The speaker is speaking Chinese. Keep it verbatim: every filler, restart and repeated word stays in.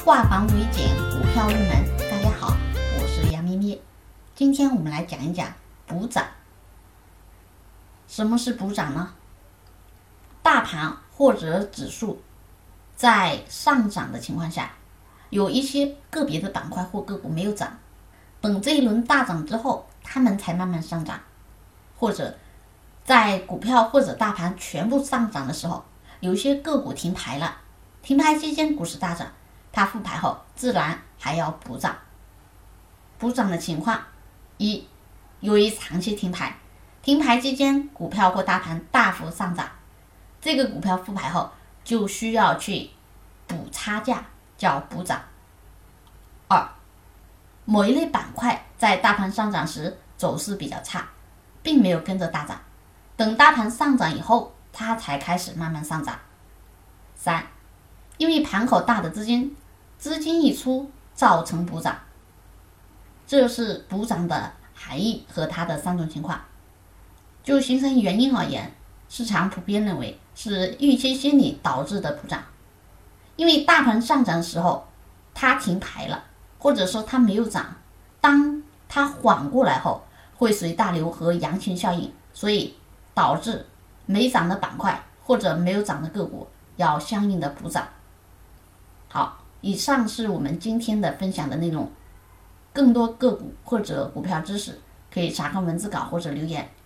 化繁为简，股票入门。大家好，我是杨咩咩。今天我们来讲一讲补涨。什么是补涨呢？大盘或者指数在上涨的情况下，有一些个别的板块或个股没有涨，等这一轮大涨之后，它们才慢慢上涨。或者在股票或者大盘全部上涨的时候，有一些个股停牌了，停牌期间股市大涨，它复牌后自然还要补涨。补涨的情况：一、由于长期停牌，停牌期间股票或大盘大幅上涨，这个股票复牌后就需要去补差价，叫补涨。二、某一类板块在大盘上涨时走势比较差，并没有跟着大涨，等大盘上涨以后，它才开始慢慢上涨。三、因为盘口大的资金，资金一出造成补涨，这是补涨的含义和它的三种情况。就形成原因而言，市场普遍认为是预期心理导致的补涨。因为大盘上涨的时候，它停牌了，或者说它没有涨，当它缓过来后，会随大流和羊群效应，所以导致没涨的板块或者没有涨的个股要相应的补涨。好，以上是我们今天的分享的内容。更多个股或者股票知识，可以查看文字稿或者留言。